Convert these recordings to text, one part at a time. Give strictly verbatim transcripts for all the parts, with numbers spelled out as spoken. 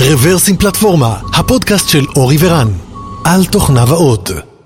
רוורסים פלטפורמה, הפודקאסט של אורי ורן, על תוכניו ועוד.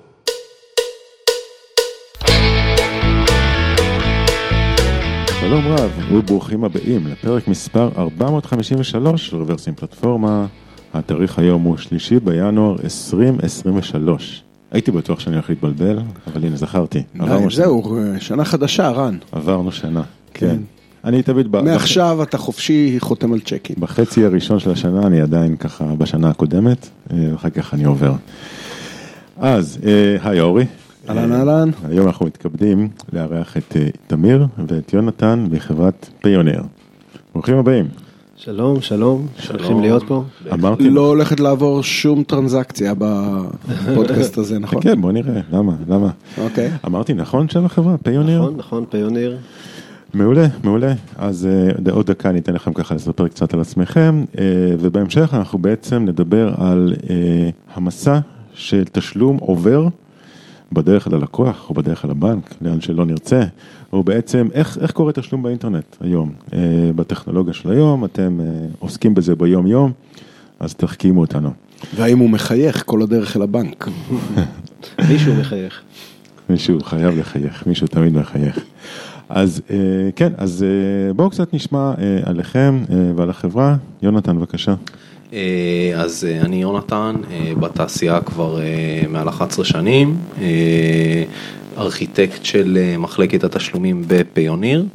שלום רב וברוכים הבאים לפרק מספר ארבע מאות חמישים ושלוש של רוורסים פלטפורמה. התאריך היום הוא שלישי בינואר עשרים עשרים ושלוש. הייתי בטוח שאני הולך להתבלבל, אבל הנה זכרתי. זהו, שנה חדשה, רן. עברנו שנה, כן. אני תמיד... מעכשיו אתה חופשי חותם על צ'קים. בחצי הראשון של השנה אני עדיין ככה בשנה הקודמת, ואחר כך אני עובר. אז, היי אורי. אהלן אהלן. היום אנחנו מתכבדים לארח את תמיר ואת יונתן מחברת פיוניר. ברוכים הבאים. שלום, שלום. שמחים להיות פה. אמרתי... לא הולכת לעבור שום טרנזקציה בפודקאסט הזה, נכון? כן, בוא נראה. למה? למה? אוקיי. אמרתי נכון שם החברה? פיוניר? נכון, נכון, פיוניר. מעולה, מעולה. אז עוד דקה אני אתן לכם ככה לספר קצת על עצמכם, ובהמשך אנחנו בעצם נדבר על המסע של תשלום עובר בדרך ללקוח או בדרך לבנק, לאן שלא נרצה, או בעצם איך, איך קורה תשלום באינטרנט היום, בטכנולוגיה של היום, אתם עוסקים בזה ביום יום, אז תחכימו אותנו. והאם הוא מחייך כל הדרך אל הבנק? מישהו מחייך. מישהו חייב לחייך, מישהו תמיד מחייך. אז כן, אז בואו קצת נשמע עליכם ועל החברה. יונתן, בבקשה. אז אני יונתן, בתעשייה כבר מעל אחת עשרה שנים, ארכיטקט של מחלקת התשלומים בפיוניר,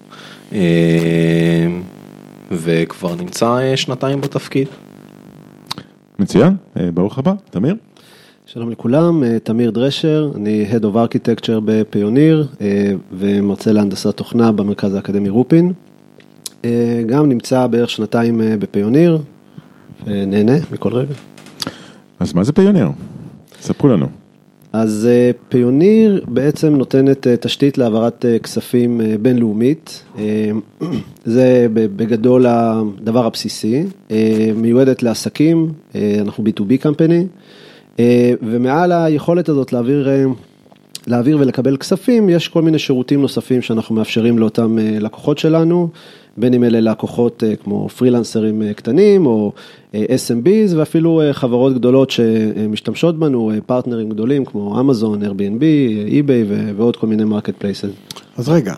וכבר נמצא שנתיים בתפקיד. מצוין, ברוך הבא, תמיר. שלום לכולם, תמיר דרשר, אני Head of Architecture בפיוניר, ומרצה להנדסת תוכנה במרכז האקדמי רופין. גם נמצא בערך שנתיים בפיוניר, ונהנה מכל רגע. אז מה זה פיוניר? ספרו לנו. אז פיוניר בעצם נותנת תשתית להעברת כספים בינלאומית. זה בגדול הדבר הבסיסי. מיועדת לעסקים, אנחנו בי טו בי company. ומעל היכולת הזאת להעביר, להעביר ולקבל כספים, יש כל מיני שירותים נוספים שאנחנו מאפשרים לאותם לקוחות שלנו, בין אם אלה לקוחות כמו פרילנסרים קטנים או אס אם ביז, ואפילו חברות גדולות שמשתמשות בנו, פרטנרים גדולים כמו אמזון, אייר-בי-אן-בי, אי-ביי ועוד כל מיני מרקט פלייסס. אז רגע,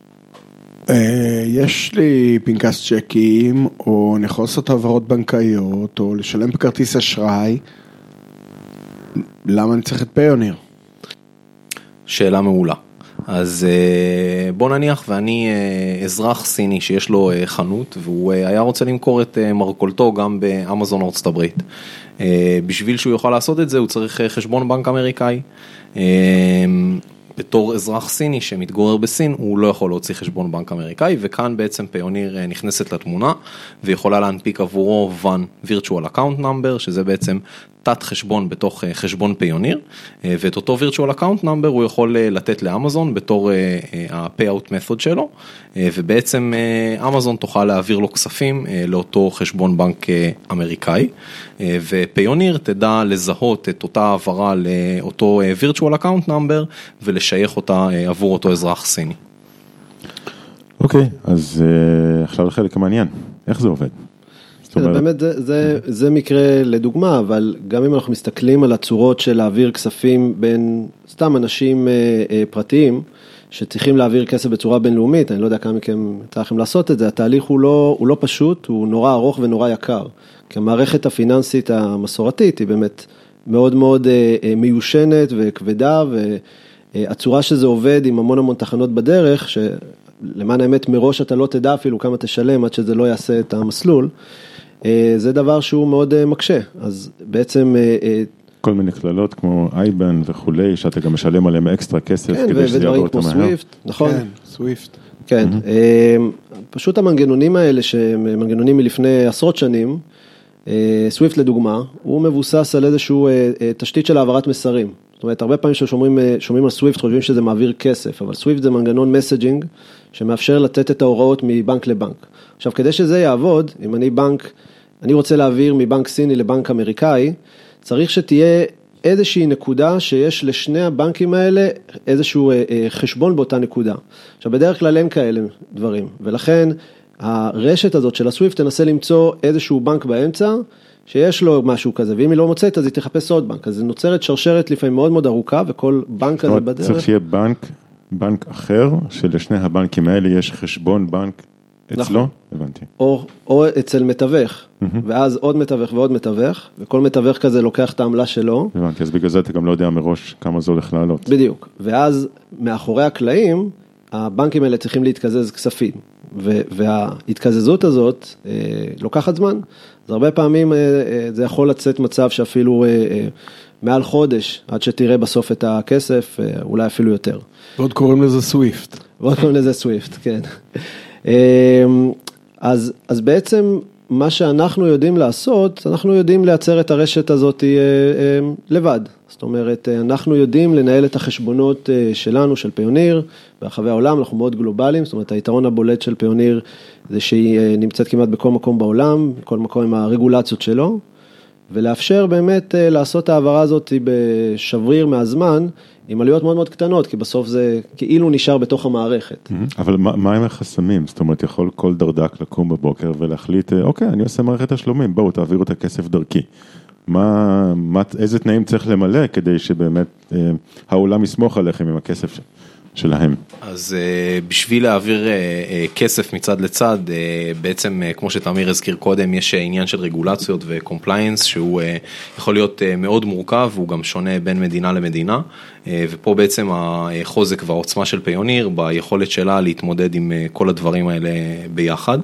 יש לי פנקס צ'קים, או אני יכול לעשות העברות בנקאיות, או לשלם בכרטיס אשראי, למה אני צריך את פיוניר? שאלה מעולה. אז בוא נניח ואני אזרח סיני שיש לו חנות, והוא היה רוצה למכור את מרכולתו גם באמזון ארצות הברית. בשביל שהוא יוכל לעשות את זה, הוא צריך חשבון בנק אמריקאי. בתור אזרח סיני שמתגורר בסין, הוא לא יכול להוציא חשבון בנק אמריקאי, וכאן בעצם פיוניר נכנסת לתמונה, ויכולה להנפיק עבורו One Virtual Account Number, שזה בעצם תת חשבון בתוך חשבון פיוניר, ואת אותו Virtual Account Number הוא יכול לתת לאמזון בתור ה-Payout Method שלו, ובעצם אמזון תוכל להעביר לו כספים לאותו חשבון בנק אמריקאי, ופיוניר תדע לזהות את אותה העברה לאותו Virtual Account Number, ולשייך אותה עבור אותו אזרח סיני. אוקיי, אז עכשיו לחלק המעניין, איך זה עובד? באמת זה, זה, זה מקרה לדוגמה, אבל גם אם אנחנו מסתכלים על הצורות של להעביר כספים בין סתם אנשים פרטיים, שצריכים להעביר כסף בצורה בינלאומית, אני לא יודע כמה מכם צריכים לעשות את זה, התהליך הוא לא, הוא לא פשוט, הוא נורא ארוך ונורא יקר, כי המערכת הפיננסית המסורתית היא באמת מאוד מאוד מיושנת וכבדה, והצורה שזה עובד עם המון המון תחנות בדרך, שלמען האמת מראש אתה לא תדע אפילו כמה תשלם עד שזה לא יעשה את המסלול, זה דבר שהוא מאוד מקשה, אז בעצם... כל מיני כללות כמו אייבן וכולי, שאתה גם משלם עליהם אקסטרה כסף, כן, כדי שזה יעבור את המהר. סוויפט, נכון. כן, סוויפט. כן, mm-hmm. פשוט המנגנונים האלה, שהם מנגנונים מלפני עשרות שנים, סוויפט לדוגמה, הוא מבוסס על איזשהו תשתית של העברת מסרים. זאת אומרת, הרבה פעמים ששומעים שומעים על סוויפט, חושבים שזה מעביר כסף, אבל סוויפט זה מנגנון מסג'ינג, שמאפשר לתת את ההוראות מבנק לבנק. עכשיו, כדי שזה יעבוד, אם אני בנק, אני רוצה להעביר מבנק סיני לבנק אמריקאי, צריך שתהיה איזושהי נקודה שיש לשני הבנקים האלה איזשהו חשבון באותה נקודה. עכשיו, בדרך כלל אין כאלה דברים, ולכן הרשת הזאת של הסוויפט תנסה למצוא איזשהו בנק באמצע, שיש לו משהו כזה, ואם היא לא מוצאת, אז היא תחפש עוד בנק. אז זה נוצרת שרשרת לפעמים מאוד מאוד ארוכה, וכל בנק כזה בדרך. צריך שיהיה בנק, בנק אחר, שלשני הבנקים האלה יש חשבון בנק אצלו, הבנתי. או, או אצל מתווך, ואז עוד מתווך ועוד מתווך, וכל מתווך כזה לוקח את העמלה שלו. הבנתי, אז בגלל זה אתה גם לא יודע מראש כמה זה הולך לעלות. בדיוק, ואז מאחורי הקלעים, הבנקים האלה צריכים להתקזז כספים, וההתקזזות הזאת לוקחת זמן, אז הרבה פעמים זה יכול לצאת מצב שאפילו מעל חודש, עד שתראה בסוף את הכסף, אולי אפילו יותר. ועוד קוראים לזה סוויפט. ועוד קוראים לזה סוויפט, כן. אז, אז בעצם מה שאנחנו יודעים לעשות, אנחנו יודעים לייצר את הרשת הזאת לבד. זאת אומרת, אנחנו יודעים לנהל את החשבונות שלנו, של פיוניר, ברחבי העולם, אנחנו מאוד גלובליים, זאת אומרת, היתרון הבולט של פיוניר זה שהיא נמצאת כמעט בכל מקום בעולם, בכל מקום עם הרגולציות שלו, ולאפשר באמת לעשות העברה הזאת בשבריר מהזמן, עם עלויות מאוד מאוד קטנות, כי בסוף זה כאילו נשאר בתוך המערכת. אבל מה, מה הם החסמים? זאת אומרת, יכול כל דרדק לקום בבוקר ולהחליט, אוקיי, אני עושה מערכת השלומים, בואו תעבירו את הכסף דרכי. מה, מה, איזה תנאים צריך למלא כדי שבאמת אה, העולם יסמוך עליכם עם הכסף שלהם? אז אה, בשביל להעביר אה, אה, כסף מצד לצד, אה, בעצם אה, כמו שתמיר הזכיר קודם, יש עניין של רגולציות וקומפליינס, שהוא אה, יכול להיות אה, מאוד מורכב, והוא גם שונה בין מדינה למדינה, אה, ופה בעצם החוזק והעוצמה של פיוניר, ביכולת שלה להתמודד עם אה, כל הדברים האלה ביחד.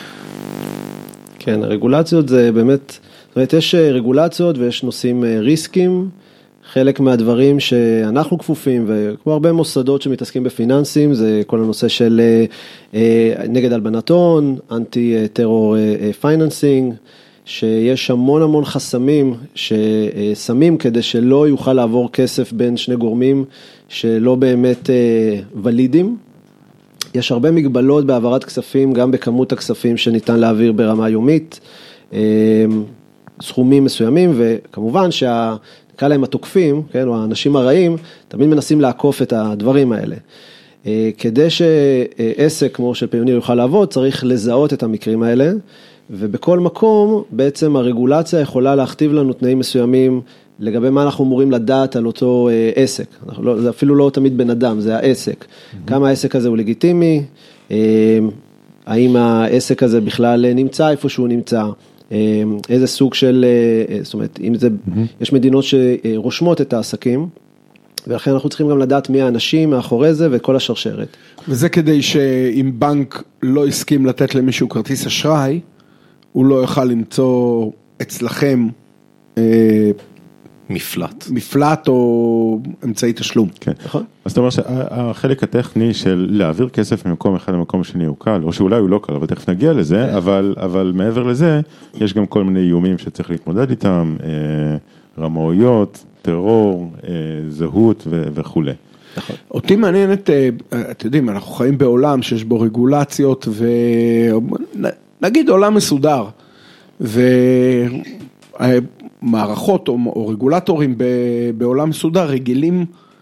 כן, הרגולציות זה באמת... זאת אומרת, יש רגולציות ויש נושאים ריסקים, חלק מהדברים שאנחנו כפופים, וכמו הרבה מוסדות שמתעסקים בפיננסים, זה כל הנושא של נגד הלבנת הון, אנטי טרור פייננסינג, שיש המון המון חסמים ששמים כדי שלא יוכל לעבור כסף בין שני גורמים שלא באמת ולידים. יש הרבה מגבלות בהעברת כספים, גם בכמות הכספים שניתן להעביר ברמה יומית, סכומים מסוימים, וכמובן שנקרא להם התוקפים, כן, או האנשים הרעים, תמיד מנסים לעקוף את הדברים האלה. כדי שעסק כמו של פיוניר יוכל לעבוד, צריך לזהות את המקרים האלה, ובכל מקום בעצם הרגולציה יכולה להכתיב לנו תנאים מסוימים, לגבי מה אנחנו אמורים לדעת על אותו עסק. לא, זה אפילו לא תמיד בן אדם, זה העסק. Mm-hmm. כמה העסק הזה הוא לגיטימי, האם העסק הזה בכלל נמצא איפה שהוא נמצא, איזה סוג של, זאת אומרת, אם זה, mm-hmm. יש מדינות שרושמות את העסקים, ולכן אנחנו צריכים גם לדעת מי האנשים מאחורי זה וכל השרשרת. וזה כדי שאם בנק לא הסכים לתת למישהו כרטיס אשראי, הוא לא יוכל למצוא אצלכם מפלט. מפלט או אמצעי תשלום. כן. נכון. אז אתה אומר שהחלק הטכני של להעביר כסף ממקום אחד למקום שני הוא קל, או שאולי הוא לא קל, אבל תכף נגיע לזה, אבל, אבל מעבר לזה, יש גם כל מיני איומים שצריך להתמודד איתם, רמאויות, טרור, זהות וכו'. נכון. אותי מעניינת, אתם יודעים, אנחנו חיים בעולם שיש בו רגולציות, ונגיד עולם מסודר, ומערכות או, או רגולטורים בעולם מסודר רגילים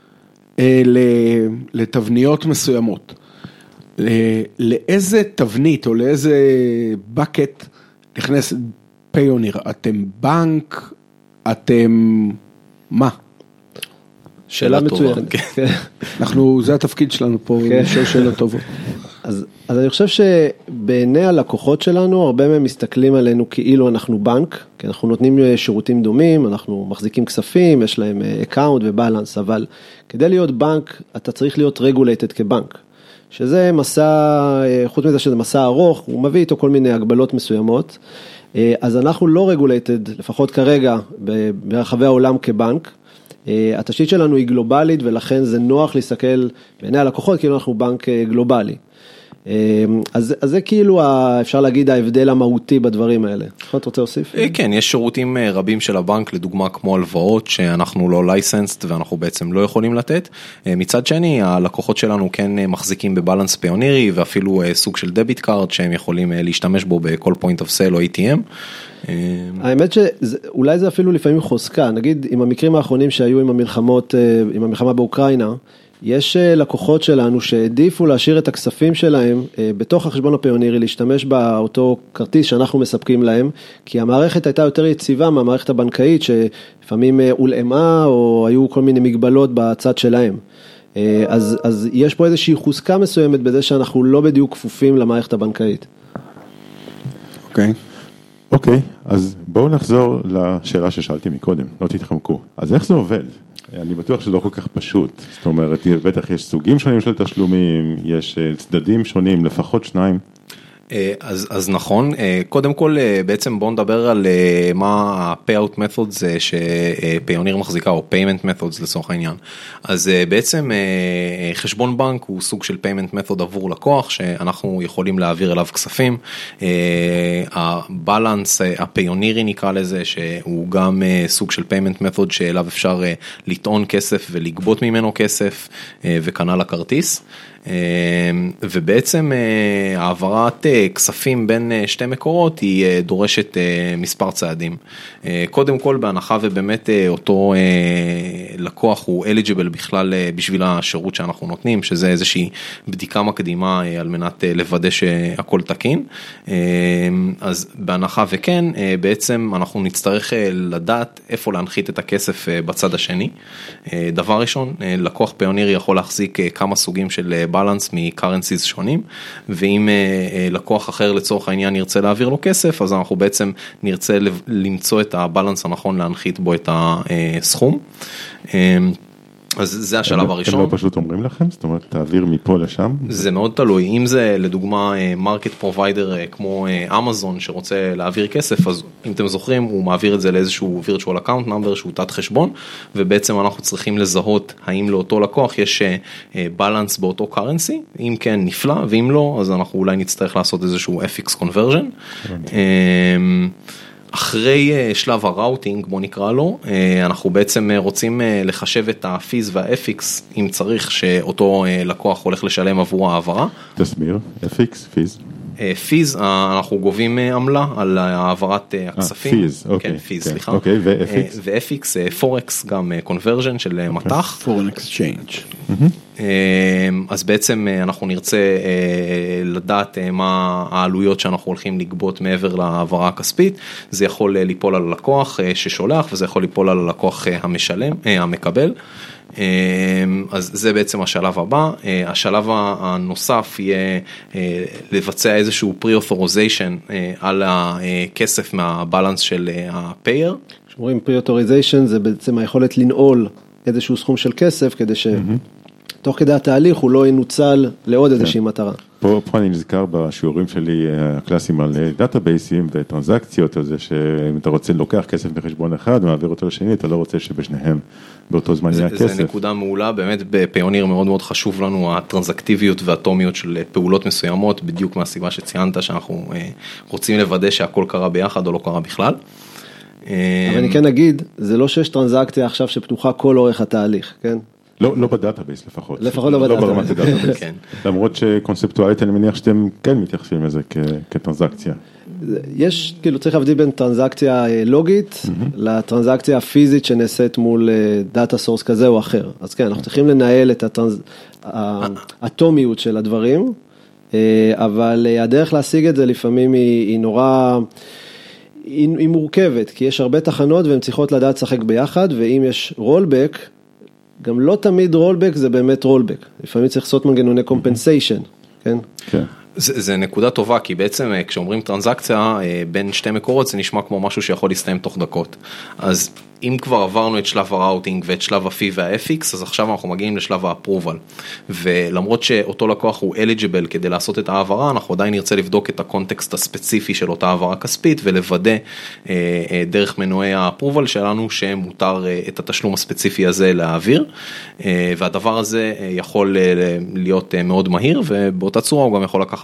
לתבניות מסוימות. לאיזה תבנית או לאיזה בקט נכנס פיוניר? אתם בנק? אתם מה? שאלה מצוינת. אנחנו, זה התפקיד שלנו פה, לשאול שאלות טובות. אז, אז אני חושב שבעיני הלקוחות שלנו, הרבה מהם מסתכלים עלינו כאילו אנחנו בנק, כי אנחנו נותנים שירותים דומים, אנחנו מחזיקים כספים, יש להם אקאונט ובלנס, אבל כדי להיות בנק, אתה צריך להיות רגולייטד כבנק, שזה מסע, חוץ מזה שזה מסע ארוך, הוא מביא איתו כל מיני הגבלות מסוימות, אז אנחנו לא רגולייטד, לפחות כרגע, ברחבי העולם כבנק, התשתית שלנו היא גלובלית, ולכן זה נוח להסתכל בעיני הלקוחות, כאילו אנחנו בנק גלובלי. אז, אז זה כאילו, אפשר להגיד, ההבדל המהותי בדברים האלה. אתה רוצה להוסיף? כן, יש שירותים רבים של הבנק, לדוגמה כמו הלוואות, שאנחנו לא לייסנסט, ואנחנו בעצם לא יכולים לתת. מצד שני, הלקוחות שלנו כן מחזיקים בבלנס פיונירי, ואפילו סוג של דביט קארד, שהם יכולים להשתמש בו בכל פוינט אוף סייל או איי טי אם. האמת שאולי זה אפילו לפעמים חוזקה, נגיד עם המקרים האחרונים שהיו עם המלחמות, עם המלחמה באוקראינה, יש לקוחות שלנו שהעדיפו להשאיר את הכספים שלהם בתוך החשבון הפיונירי, להשתמש באותו כרטיס שאנחנו מספקים להם, כי המערכת הייתה יותר יציבה מהמערכת הבנקאית, שלפעמים הולאמה או היו כל מיני מגבלות בצד שלהם. אז, אז יש פה איזושהי חוזקה מסוימת בזה שאנחנו לא בדיוק כפופים למערכת הבנקאית. אוקיי. אוקיי, אז בואו נחזור לשאלה ששאלתי מקודם, לא תתחמקו. אז איך זה עובד? אני בטוח שזה לא כל כך פשוט, זאת אומרת, בטח יש סוגים שונים של תשלומים, יש צדדים שונים, לפחות שניים. אז, אז נכון, קודם כל בעצם בואו נדבר על מה ה-payout methods שפיוניר מחזיקה, או payment methods לצורך העניין. אז בעצם חשבון בנק הוא סוג של payment method עבור לקוח, שאנחנו יכולים להעביר אליו כספים. הבלנס הפיונירי נקרא לזה, שהוא גם סוג של payment method שאליו אפשר לטעון כסף ולגבות ממנו כסף, וכנ"ל הכרטיס. ובעצם העברת כספים בין שתי מקורות היא דורשת מספר צעדים. קודם כל בהנחה ובאמת אותו לקוח הוא eligible בכלל בשביל השירות שאנחנו נותנים, שזה איזושהי בדיקה מקדימה על מנת לוודא שהכל תקין. אז בהנחה וכן, בעצם אנחנו נצטרך לדעת איפה להנחית את הכסף בצד השני. דבר ראשון, לקוח פיוניר יכול להחזיק כמה סוגים של בלנס מקרנסיז שונים, ואם לקוח אחר לצורך העניין ירצה להעביר לו כסף, אז אנחנו בעצם נרצה למצוא את הבלנס הנכון להנחית בו את הסכום. אז זה השלב הראשון. הם לא פשוט אומרים לכם? זאת אומרת, תעביר מפה לשם? זה מאוד תלוי. אם זה לדוגמה מרקט פרוביידר כמו אמזון שרוצה להעביר כסף, אז אם אתם זוכרים, הוא מעביר את זה לאיזשהו virtual account number שהוא תת חשבון, ובעצם אנחנו צריכים לזהות האם לאותו לקוח יש בלנס באותו קרנסי, אם כן נפלא, ואם לא, אז אנחנו אולי נצטרך לעשות איזשהו אף אקס conversion. אחרי שלב הראוטינג, בוא נקרא לו, אנחנו בעצם רוצים לחשב את הפיז וה-אף אקס, אם צריך שאותו לקוח הולך לשלם עבור העברה. תסביר, אף אקס, פיז. פיז, אנחנו גובים עמלה על העברת הכספים. פיז, אוקיי. כן, פיז, סליחה. אוקיי, ו-אף אקס? ו-אף אקס, פורקס, גם conversion של מטח. Foreign exchange. אז בעצם אנחנו נרצה לדעת מה העלויות שאנחנו הולכים לגבות מעבר להעברה הכספית. זה יכול ליפול על הלקוח ששולח, וזה יכול ליפול על הלקוח המשלם, המקבל. אז זה בעצם השלב הבא. השלב הנוסף יהיה לבצע איזשהו pre-authorization על הכסף מהבלנס של הפייר. כשאומרים pre-authorization זה בעצם היכולת לנעול איזשהו סכום של כסף כדי ש... תוך כדי התהליך הוא לא ינוצל לעוד איזושהי מטרה. פה, פה אני נזכר בשיעורים שלי הקלאסיים על דאטאבייסים וטרנזקציות, על זה שאם אתה רוצה לוקח כסף בחשבון אחד ומעביר אותו לשני, אתה לא רוצה שבשניהם באותו זמן יהיה כסף. זה נקודה מעולה, באמת בפיוניר מאוד מאוד חשוב לנו הטרנזקטיביות והאטומיות של פעולות מסוימות, בדיוק מהסיבה שציינת שאנחנו רוצים לוודא שהכל קרה ביחד או לא קרה בכלל. אבל אני כן אגיד, זה לא שיש טרנזקציה עכשיו שפתוחה כל אורך התהליך, כן? לא, לא בדאטאבייס לפחות. לפחות לא בדאטאבייס. לא ברמת הדאטאבייס. למרות שקונספטואלית אני מניח שאתם כן מתייחסים לזה כטרנזקציה. יש, כאילו צריך להבדיל בין טרנזקציה לוגית לטרנזקציה הפיזית שנעשית מול דאטה סורס כזה או אחר. אז כן, אנחנו צריכים לנהל את האטומיות של הדברים, אבל הדרך להשיג את זה לפעמים היא נורא... היא מורכבת, כי יש הרבה תחנות והן צריכות לדעת לשחק ביחד, ואם יש רולבק, גם לא תמיד רולבק זה באמת רולבק. לפעמים צריך לעשות מנגנוני קומפנסיישן, כן? כן. זה, זה נקודה טובה, כי בעצם כשאומרים טרנזקציה בין שתי מקורות, זה נשמע כמו משהו שיכול להסתיים תוך דקות. אז אם כבר עברנו את שלב הראוטינג ואת שלב ה-פי וה-אף אקס, אז עכשיו אנחנו מגיעים לשלב ה-approval. ולמרות שאותו לקוח הוא eligible כדי לעשות את העברה, אנחנו עדיין נרצה לבדוק את הקונטקסט הספציפי של אותה העברה כספית, ולוודא אה, דרך מנועי ה-approval שלנו שמותר אה, את התשלום הספציפי הזה להעביר. אה, והדבר הזה יכול אה, להיות אה, מאוד מהיר, ובאותה צורה הוא גם יכול לקחת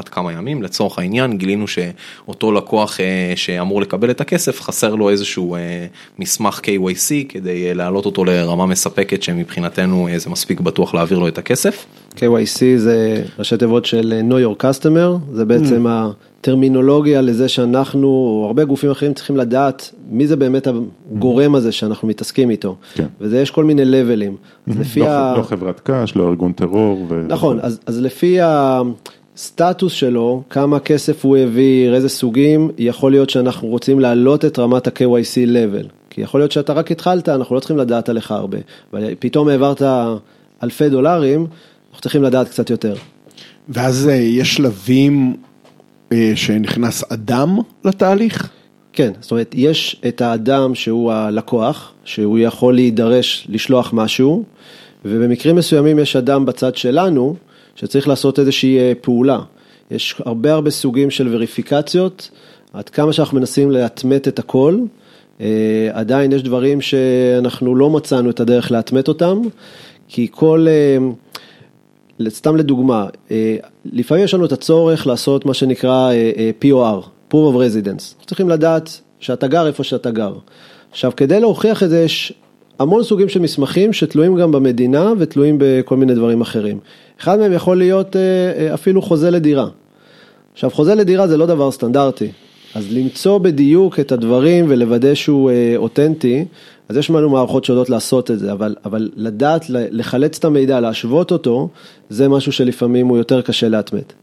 לקחת כמה ימים, לצורך העניין גילינו שאותו לקוח שאמור לקבל את הכסף, חסר לו איזשהו מסמך קיי וואי סי, כדי להעלות אותו לרמה מספקת, שמבחינתנו זה מספיק בטוח להעביר לו את הכסף. קיי וואי סי זה ראשי תיבות של Know Your Customer, זה בעצם הטרמינולוגיה לזה שאנחנו, או הרבה גופים אחרים צריכים לדעת מי זה באמת הגורם הזה שאנחנו מתעסקים איתו. כן. וזה יש כל מיני לבלים. לא, ה... לא חברת קש, לא ארגון טרור. ו... נכון, אז, אז לפי הסטטוס שלו, כמה כסף הוא העביר, איזה סוגים, יכול להיות שאנחנו רוצים להעלות את רמת ה-קיי וואי סי level. כי יכול להיות שאתה רק התחלת, אנחנו לא צריכים לדעת עליך הרבה. ופתאום העברת אלפי דולרים, אנחנו צריכים לדעת קצת יותר. ואז יש שלבים שנכנס אדם לתהליך? כן, זאת אומרת, יש את האדם שהוא הלקוח, שהוא יכול להידרש לשלוח משהו, ובמקרים מסוימים יש אדם בצד שלנו, שצריך לעשות איזושהי פעולה. יש הרבה הרבה סוגים של וריפיקציות, עד כמה שאנחנו מנסים להתמת את הכל, עדיין יש דברים שאנחנו לא מצאנו את הדרך להתמת אותם, כי כל... סתם לדוגמה, לפעמים יש לנו את הצורך לעשות מה שנקרא פי או אר, Proof of Residence. צריכים לדעת שאתה גר איפה שאתה גר. עכשיו, כדי להוכיח את זה, יש המון סוגים של מסמכים שתלויים גם במדינה ותלויים בכל מיני דברים אחרים. אחד מהם יכול להיות אפילו חוזה לדירה. עכשיו, חוזה לדירה זה לא דבר סטנדרטי. אז למצוא בדיוק את הדברים ולוודא שהוא אותנטי, אז יש לנו מערכות שיודעות לעשות את זה, אבל, אבל לדעת, לחלץ את המידע, להשוות אותו, זה משהו שלפעמים הוא יותר קשה להתמת.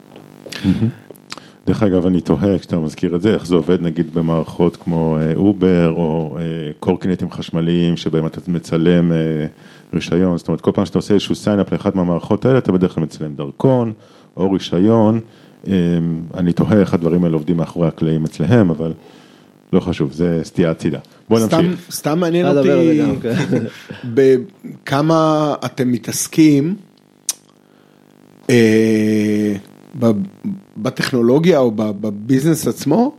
דרך אגב, אני תוהה, כשאתה מזכיר את זה, איך זה עובד נגיד במערכות כמו אובר, או קורקינטים חשמליים, שבהם אתה מצלם רישיון, זאת אומרת, כל פעם שאתה עושה איזשהו סיינאפ לאחת מהמערכות האלה, אתה בדרך כלל מצלם דרכון, או רישיון, אני תוהה איך הדברים האלה עובדים מאחורי הקלעים אצלהם, אבל לא חשוב, זה סטייה הצידה. בוא נמשיך. סתם מעניין אותי בכמה אתם מתעסקים בטכנולוגיה או בביזנס עצמו,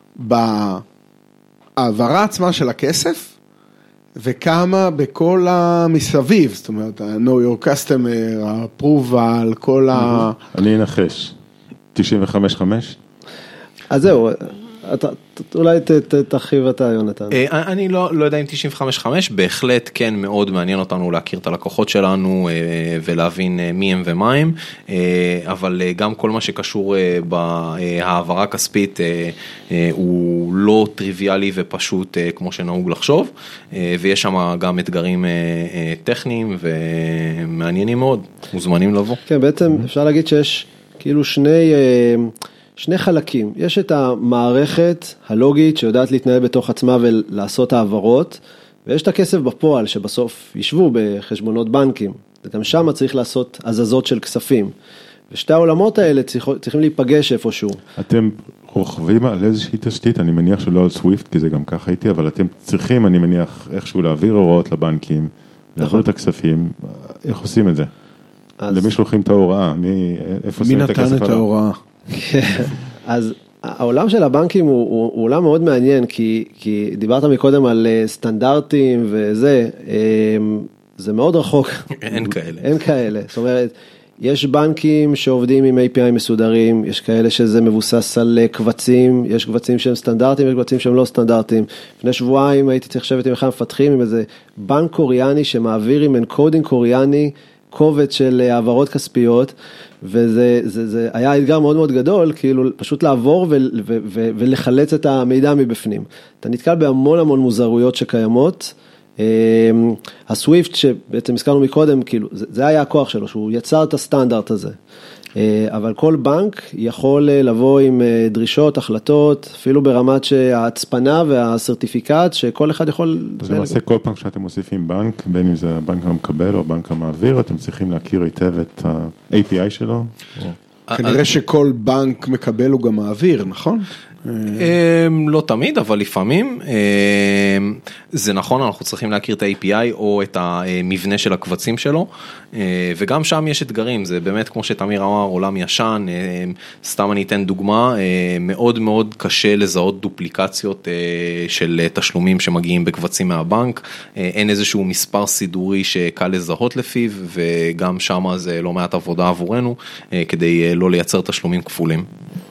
בעברה עצמה של הכסף, וכמה בכל המסביב, זאת אומרת, ה-Know Your Customer, ה-Approval, כל ה... אני אנחש. תשעים וחמש חמש? אז זהו, אולי תרחיב אתה, יונתן. אני לא יודע אם תשעים וחמש חמש, בהחלט כן מאוד מעניין אותנו להכיר את הלקוחות שלנו ולהבין מי הם ומה הם, אבל גם כל מה שקשור בהעברה הכספית הוא לא טריוויאלי ופשוט כמו שנהוג לחשוב, ויש שם גם אתגרים טכניים ומעניינים מאוד, מוזמנים לבוא. כן, בעצם אפשר להגיד שיש כאילו שני... שני חלקים, יש את המערכת הלוגית שיודעת להתנהל בתוך עצמה ולעשות העברות, ויש את הכסף בפועל שבסוף ישבו בחשבונות בנקים, וגם שם צריך לעשות הזזות של כספים, ושתי העולמות האלה צריכים להיפגש איפשהו. אתם רוכבים על איזושהי תשתית, אני מניח שלא על סוויפט, כי זה גם ככה הייתי, אבל אתם צריכים, אני מניח, איכשהו להעביר הוראות לבנקים, להעביר את הכספים, איך עושים את זה? למי שלוחים את ההוראה? איפה שמים את הכסף עליו? מי נתן את ההוראה? אז העולם של הבנקים הוא, הוא, הוא עולם מאוד מעניין, כי, כי דיברת מקודם על סטנדרטים וזה, זה מאוד רחוק. אין כאלה. אין כאלה, זאת אומרת, יש בנקים שעובדים עם איי פי איי מסודרים, יש כאלה שזה מבוסס על קבצים, יש קבצים שהם סטנדרטים, יש קבצים שהם לא סטנדרטים. לפני שבועיים הייתי צריך לשבת עם אחד מפתחים עם איזה בנק קוריאני שמעביר עם אנקודינג קוריאני, קובץ של העברות כספיות, וזה זה, זה היה אתגר מאוד מאוד גדול, כאילו פשוט לעבור ו, ו, ו, ולחלץ את המידע מבפנים. אתה נתקל בהמון המון מוזרויות שקיימות, הסוויפט שבעצם הזכרנו מקודם, כאילו, זה, זה היה הכוח שלו, שהוא יצר את הסטנדרט הזה. אבל כל בנק יכול לבוא עם דרישות, החלטות, אפילו ברמת שההצפנה והסרטיפיקט, שכל אחד יכול... אז למעשה כל פעם שאתם מוסיפים בנק, בין אם זה הבנק המקבל או הבנק המעביר, אתם צריכים להכיר היטב את ה-איי פי איי שלו? כנראה שכל בנק מקבל הוא גם מעביר, נכון? לא תמיד, אבל לפעמים. זה נכון, אנחנו צריכים להכיר את ה-איי פי איי או את המבנה של הקבצים שלו, וגם שם יש אתגרים, זה באמת כמו שתמיר אמר, עולם ישן, סתם אני אתן דוגמה, מאוד מאוד קשה לזהות דופליקציות של תשלומים שמגיעים בקבצים מהבנק, אין איזשהו מספר סידורי שקל לזהות לפיו, וגם שם זה לא מעט עבודה עבורנו, כדי לא לייצר תשלומים כפולים.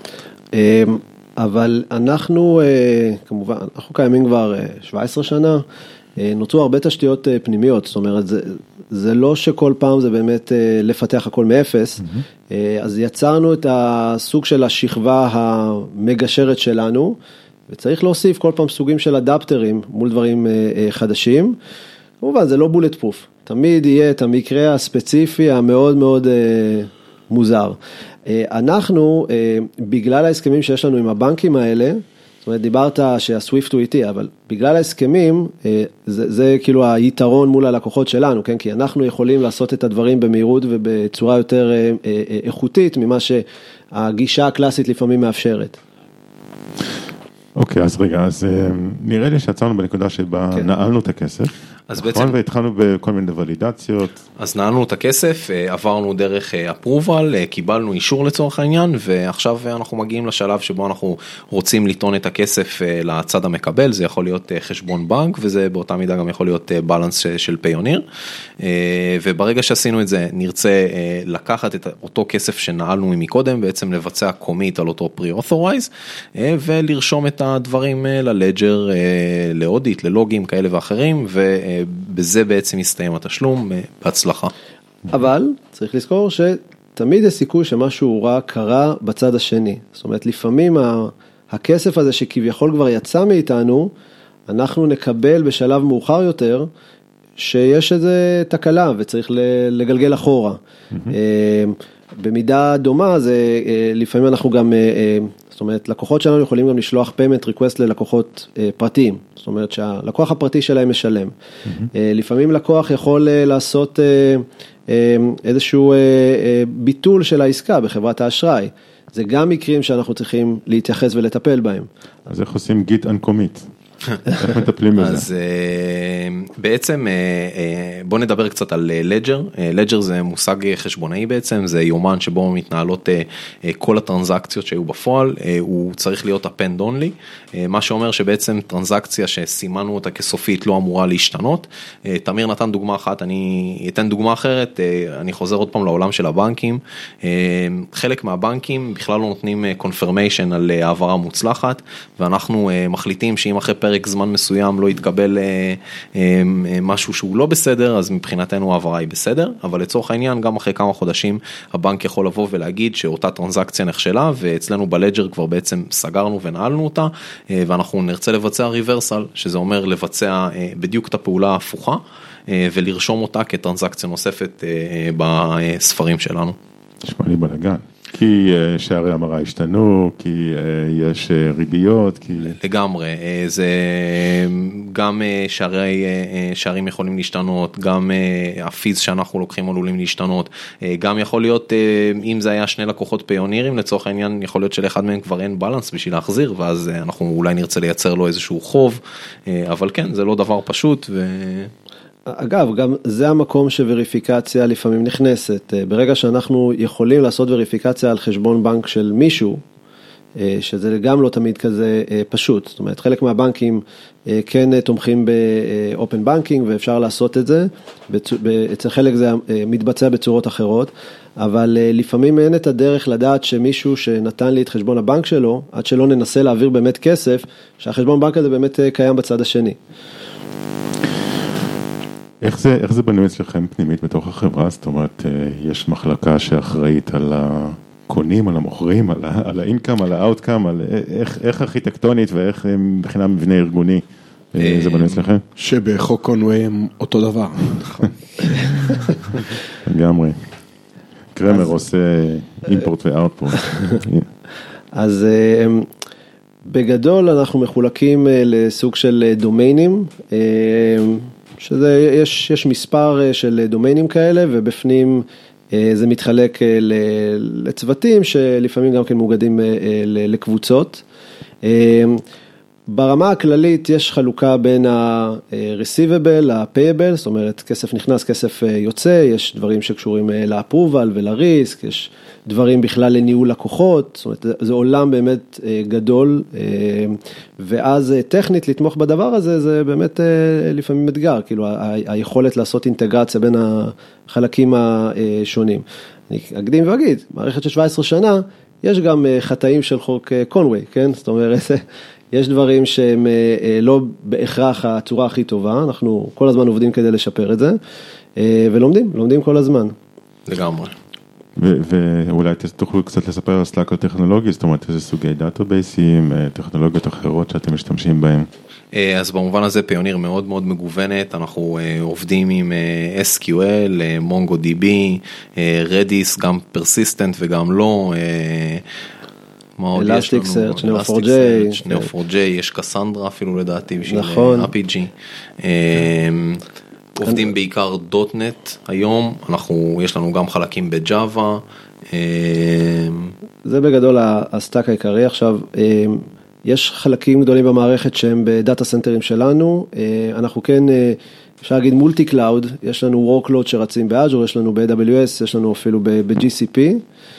אבל אנחנו, כמובן, אנחנו קיימים כבר שבע עשרה שנה, נוצרו הרבה תשתיות פנימיות, זאת אומרת, זה, זה לא שכל פעם זה באמת לפתח הכל מאפס, mm-hmm. אז יצרנו את הסוג של השכבה המגשרת שלנו, וצריך להוסיף כל פעם סוגים של אדפטרים מול דברים חדשים, כמובן, זה לא בולט פרוף, תמיד יהיה את המקרה הספציפי המאוד מאוד מוזר. אנחנו, בגלל ההסכמים שיש לנו עם הבנקים האלה, זאת אומרת, דיברת שהסוויפט הוא איטי, אבל בגלל ההסכמים, זה, זה כאילו היתרון מול הלקוחות שלנו, כן? כי אנחנו יכולים לעשות את הדברים במהירות ובצורה יותר איכותית, ממה שהגישה הקלאסית לפעמים מאפשרת. אוקיי, אז רגע, אז נראה לי שעצרנו בנקודה שבה נעלנו את הכסף. אז בעצם... והתחלנו בכל מיני ולידציות. אז נעלנו את הכסף, עברנו דרך אפרובל, קיבלנו אישור לצורך העניין, ועכשיו אנחנו מגיעים לשלב שבו אנחנו רוצים לטעון את הכסף לצד המקבל, זה יכול להיות חשבון בנק, וזה באותה מידה גם יכול להיות בלנס של פיוניר, וברגע שעשינו את זה, נרצה לקחת את אותו כסף שנעלנו מקודם, בעצם לבצע קומיט על אותו pre-authorize, ולרשום את הדברים ללג'ר, לאודיט, ללוגים כאלה ואחרים, ו בזה בעצם מסתיים התשלום בהצלחה. אבל צריך לזכור שתמיד יש סיכוי שמשהו רע קרה בצד השני. זאת אומרת, לפעמים הכסף הזה שכביכול כבר יצא מאיתנו, אנחנו נקבל בשלב מאוחר יותר, שיש איזה תקלה וצריך לגלגל אחורה. במידה דומה, זה לפעמים אנחנו גם, זאת אומרת, לקוחות שלנו יכולים גם לשלוח payment request ללקוחות פרטיים, זאת אומרת שהלקוח הפרטי שלהם משלם. לפעמים לקוח יכול לעשות איזשהו ביטול של העסקה בחברת האשראי. זה גם מקרים שאנחנו צריכים להתייחס ולטפל בהם. אז איך עושים git and commit? איך מטפלים בזה? אז בעצם בוא נדבר קצת על לג'ר. לג'ר זה מושג חשבונאי בעצם, זה יומן שבו מתנהלות כל הטרנזקציות שהיו בפועל, הוא צריך להיות append only, מה שאומר שבעצם טרנזקציה שסימנו אותה כסופית לא אמורה להשתנות. תמיר נתן דוגמה אחת, אני אתן דוגמה אחרת, אני חוזר עוד פעם לעולם של הבנקים, חלק מהבנקים בכלל לא נותנים confirmation על העברה מוצלחת, ואנחנו מחליטים שאם אחרי פרק פרק זמן מסוים לא יתקבל אה, אה, משהו שהוא לא בסדר, אז מבחינתנו העברה היא בסדר, אבל לצורך העניין, גם אחרי כמה חודשים, הבנק יכול לבוא ולהגיד שאותה טרנזקציה נכשלה, ואצלנו בלג'ר כבר בעצם סגרנו ונעלנו אותה, אה, ואנחנו נרצה לבצע ריברסל, שזה אומר לבצע אה, בדיוק את הפעולה ההפוכה, אה, ולרשום אותה כטרנזקציה נוספת אה, בספרים שלנו. נשמע לי בלגן. כי שערי המרה השתנו, כי יש ריביות, כי... לגמרי, זה גם שערי, שערים יכולים להשתנות, גם הפיז שאנחנו לוקחים עלולים להשתנות, גם יכול להיות, אם זה היה שני לקוחות פיונירים, לצורך העניין יכול להיות שלאחד מהם כבר אין בלנס בשביל להחזיר, ואז אנחנו אולי נרצה לייצר לו איזשהו חוב, אבל כן, זה לא דבר פשוט ו... אגב, גם זה המקום שווריפיקציה לפעמים נכנסת. ברגע שאנחנו יכולים לעשות וריפיקציה על חשבון בנק של מישהו, שזה גם לא תמיד כזה פשוט. זאת אומרת, חלק מהבנקים כן תומכים באופן בנקינג, ואפשר לעשות את זה. אצל חלק זה מתבצע בצורות אחרות, אבל לפעמים אין את הדרך לדעת שמישהו שנתן לי את חשבון הבנק שלו, עד שלא ננסה להעביר באמת כסף, שהחשבון בנק הזה באמת קיים בצד השני. איך זה, איך זה בנוי אצלכם פנימית בתוך החברה? זאת אומרת, יש מחלקה שאחראית על הקונים, על המוכרים, על, על האינקאם, על האוטקאם, על איך, איך ארכיטקטונית ואיך מבחינה מבנה ארגוני זה בנוי אצלכם? שבחוק קונווי הם אותו דבר. לגמרי. קרמר עושה אימפורט ואוטפורט. אז בגדול אנחנו מחולקים לסוג של דומיינים, שזה, יש, יש מספר של דומיינים כאלה, ובפנים זה מתחלק לצוותים, שלפעמים גם כן מאוגדים לקבוצות. ברמה הכללית יש חלוקה בין ה-receivable ל-payable, זאת אומרת כסף נכנס, כסף יוצא, יש דברים שקשורים ל-approval ול-risk, יש דברים בכלל לניהול לקוחות, זאת אומרת זה עולם באמת גדול, ואז טכנית לתמוך בדבר הזה זה באמת לפעמים אתגר, כאילו היכולת לעשות אינטגרציה בין החלקים השונים. אני אקדים ואגיד, מערכת של שבע עשרה שנה, יש גם חטאים של חוק קונווי, כן? זאת אומרת, יש דברים שהם לא בהכרח הצורה הכי טובה, אנחנו כל הזמן עובדים כדי לשפר את זה, ולומדים, לומדים כל הזמן. לגמרי. ואולי תוכלו קצת לספר על סלאק הטכנולוגי, זאת אומרת, איזה סוגי דאטאבייסים, טכנולוגיות אחרות שאתם משתמשים בהם. אז במובן הזה פיוניר מאוד מאוד מגוונת, אנחנו עובדים עם אס קיו אל, MongoDB, Redis, גם Persistent וגם לא, Elasticsearch, ניאו פור ג'יי, ניאו פור ג'יי, יש קסנדרה אפילו לדעתי בשביל איי פי ג'י. עובדים בעיקר דוט נט היום, אנחנו, יש לנו גם חלקים בג'אווה. זה בגדול הסטאק העיקרי. עכשיו, יש חלקים גדולים במערכת שהם בדאטה סנטרים שלנו, אנחנו כן, אפשר להגיד מולטי קלאוד, יש לנו workload שרצים באז'ור, יש לנו ב-איי דאבליו אס, יש לנו אפילו ב-ג'י סי פי,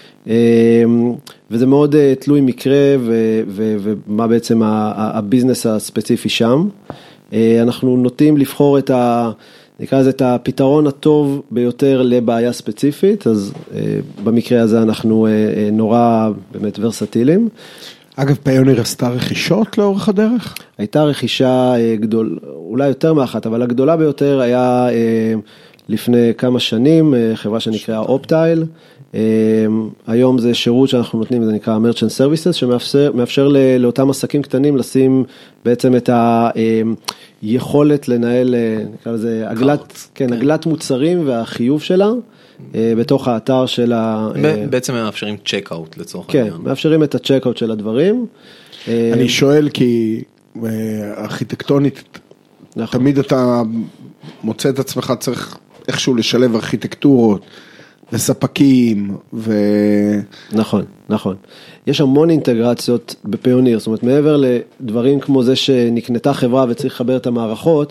וזה מאוד תלוי מקרה ומה בעצם הביזנס הספציפי שם. אנחנו נוטים לבחור את ה... נקרא לזה את הפתרון הטוב ביותר לבעיה ספציפית, אז במקרה הזה אנחנו נורא באמת ורסטיליים. אגב, פיוניר עשתה רכישות לאורך הדרך? הייתה רכישה גדול, אולי יותר מאחת, אבל הגדולה ביותר היה לפני כמה שנים, חברה שנקראה אופטייל, היום זה שירות שאנחנו נותנים, זה נקרא Merchant Services, שמאפשר לאותם עסקים קטנים לשים בעצם את היכולת לנהל, נקרא לזה, עגלת, כן, עגלת מוצרים והחיוב שלה, בתוך האתר של ה... בעצם מאפשרים צ'ק-אוט לצורך העניין. כן, מאפשרים את הצ'ק-אוט של הדברים. אני שואל כי ארכיטקטונית, תמיד אתה מוצא את עצמך, צריך איכשהו לשלב ארכיטקטורות, וספקים, ו... נכון, נכון. יש המון אינטגרציות בפיוניר, זאת אומרת, מעבר לדברים כמו זה שנקנתה חברה וצריך לחבר את המערכות,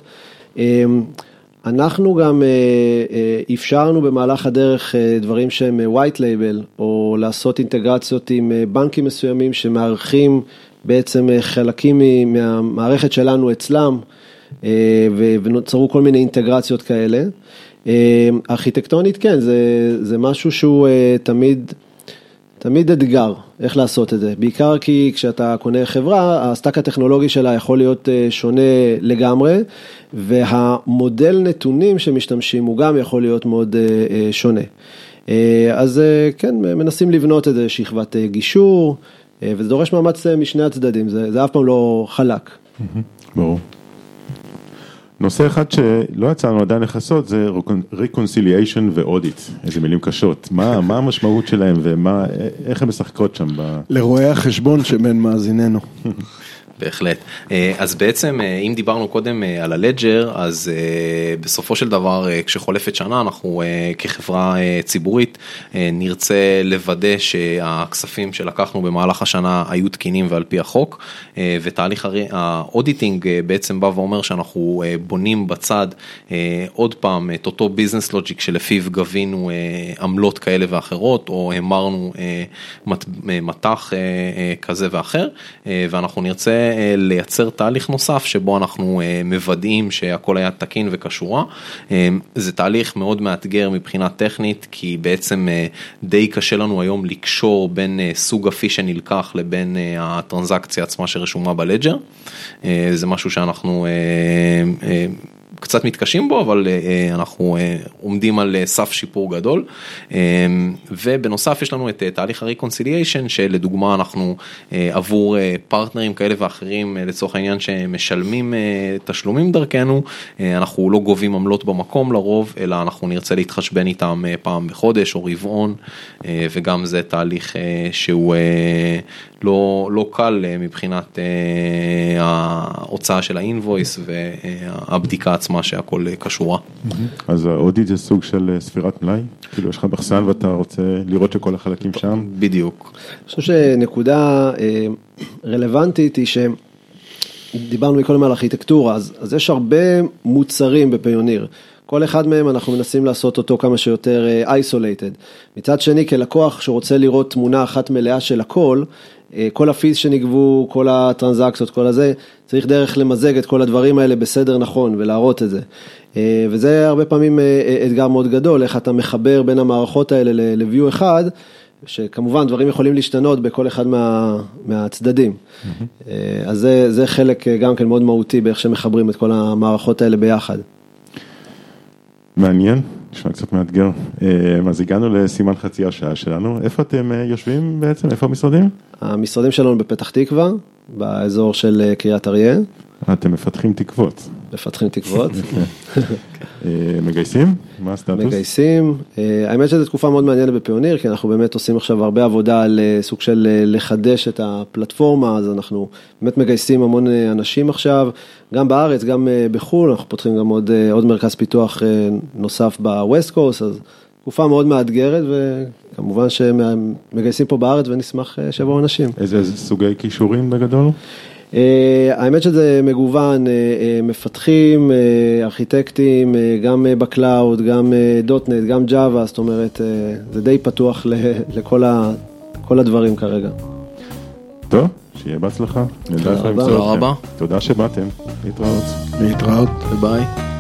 אנחנו גם אפשרנו במהלך הדרך דברים שהם white label, או לעשות אינטגרציות עם בנקים מסוימים שמערכים בעצם חלקים מהמערכת שלנו אצלם, ונוצרו כל מיני אינטגרציות כאלה. ארכיטקטונית, כן, זה, זה משהו שהוא תמיד, תמיד אתגר, איך לעשות את זה. בעיקר כי כשאתה קונה חברה, הסטאק הטכנולוגי שלה יכול להיות שונה לגמרי, והמודל נתונים שמשתמשים הוא גם יכול להיות מאוד שונה. אז כן, מנסים לבנות את זה, שכבת גישור, וזה דורש מאמץ משני הצדדים, זה, זה אף פעם לא חלק. ברור. נושא אחד שלא יצאנו עדיין לחסות, זה reconciliation ו-audit, איזה מילים קשות. מה, מה המשמעות שלהם ומה, איך הם משחקות שם? ב... לרואי החשבון שבין מאזיננו. בהחלט. אז בעצם, אם דיברנו קודם על הלג'ר, אז בסופו של דבר, כשחולפת שנה, אנחנו כחברה ציבורית נרצה לוודא שהכספים שלקחנו במהלך השנה היו תקינים ועל פי החוק, ותהליך האודיטינג בעצם בא ואומר שאנחנו בונים בצד עוד פעם את אותו ביזנס לוג'יק שלפיו גבינו עמלות כאלה ואחרות, או המרנו מתח כזה ואחר, ואנחנו נרצה לייצר תהליך נוסף שבו אנחנו מוודאים שהכל היה תקין וקשורה. זה תהליך מאוד מאתגר מבחינה טכנית, כי בעצם די קשה לנו היום לקשור בין סוג הפי שנלקח לבין הטרנזקציה עצמה שרשומה בלג'ר. זה משהו שאנחנו קצת מתקשים בו, אבל אנחנו עומדים על סף שיפור גדול, ובנוסף יש לנו את תהליך הריקונסיליאשן, שלדוגמה אנחנו עבור פרטנרים כאלה ואחרים, לצורך העניין שמשלמים תשלומים דרכנו, אנחנו לא גובים עמלות במקום לרוב, אלא אנחנו נרצה להתחשבן איתם פעם בחודש או רבעון, וגם זה תהליך שהוא לא, לא קל מבחינת ההוצאה של האינבויס והבדיקה עצמה משמע שהכל קשורה. אז האודיט זה סוג של ספירת מלאי? כאילו יש לך מחסן ואתה רוצה לראות שכל החלקים שם? בדיוק. אני חושב שנקודה רלוונטית היא שדיברנו מקודם על ארכיטקטורה, אז, אז יש הרבה מוצרים בפיוניר. כל אחד מהם אנחנו מנסים לעשות אותו כמה שיותר isolated. מצד שני, כלקוח שרוצה לראות תמונה אחת מלאה של הכל, כל הפיס שנגבו, כל הטרנזקציות, כל הזה, צריך דרך למזג את כל הדברים האלה בסדר נכון ולהראות את זה. וזה הרבה פעמים אתגר מאוד גדול, איך אתה מחבר בין המערכות האלה ל-view אחד, שכמובן דברים יכולים להשתנות בכל אחד מה, מהצדדים. Mm-hmm. אז זה, זה חלק גם כן מאוד מהותי באיך שמחברים את כל המערכות האלה ביחד. מעניין, נשמע קצת מאתגר. אז הגענו לסימן חצי השעה שלנו. איפה אתם יושבים בעצם? איפה המשרדים? המשרדים שלנו בפתח תקווה, באזור של קריית אריה. אתם מפתחים תקוות. מפתחים תקוות. מגייסים? מה הסטטוס? מגייסים. האמת שזו תקופה מאוד מעניינת בפיוניר, כי אנחנו באמת עושים עכשיו הרבה עבודה על סוג של לחדש את הפלטפורמה, אז אנחנו באמת מגייסים המון אנשים עכשיו, גם בארץ, גם בחו"ל, אנחנו פותחים גם עוד, עוד מרכז פיתוח נוסף בווסט קוסט, אז תקופה מאוד מאתגרת, וכמובן שמגייסים פה בארץ ונשמח שבו אנשים. איזה, איזה סוגי קישורים בגדול? האמת שזה מגוון, מפתחים, ארכיטקטים, גם בקלאוד, גם דוט-נט, גם ג'אווה, זאת אומרת, זה די פתוח לכל כל הדברים כרגע. טוב, שיהיה בהצלחה. תודה רבה. תודה שבאתם. להתראות. להתראות. ביי.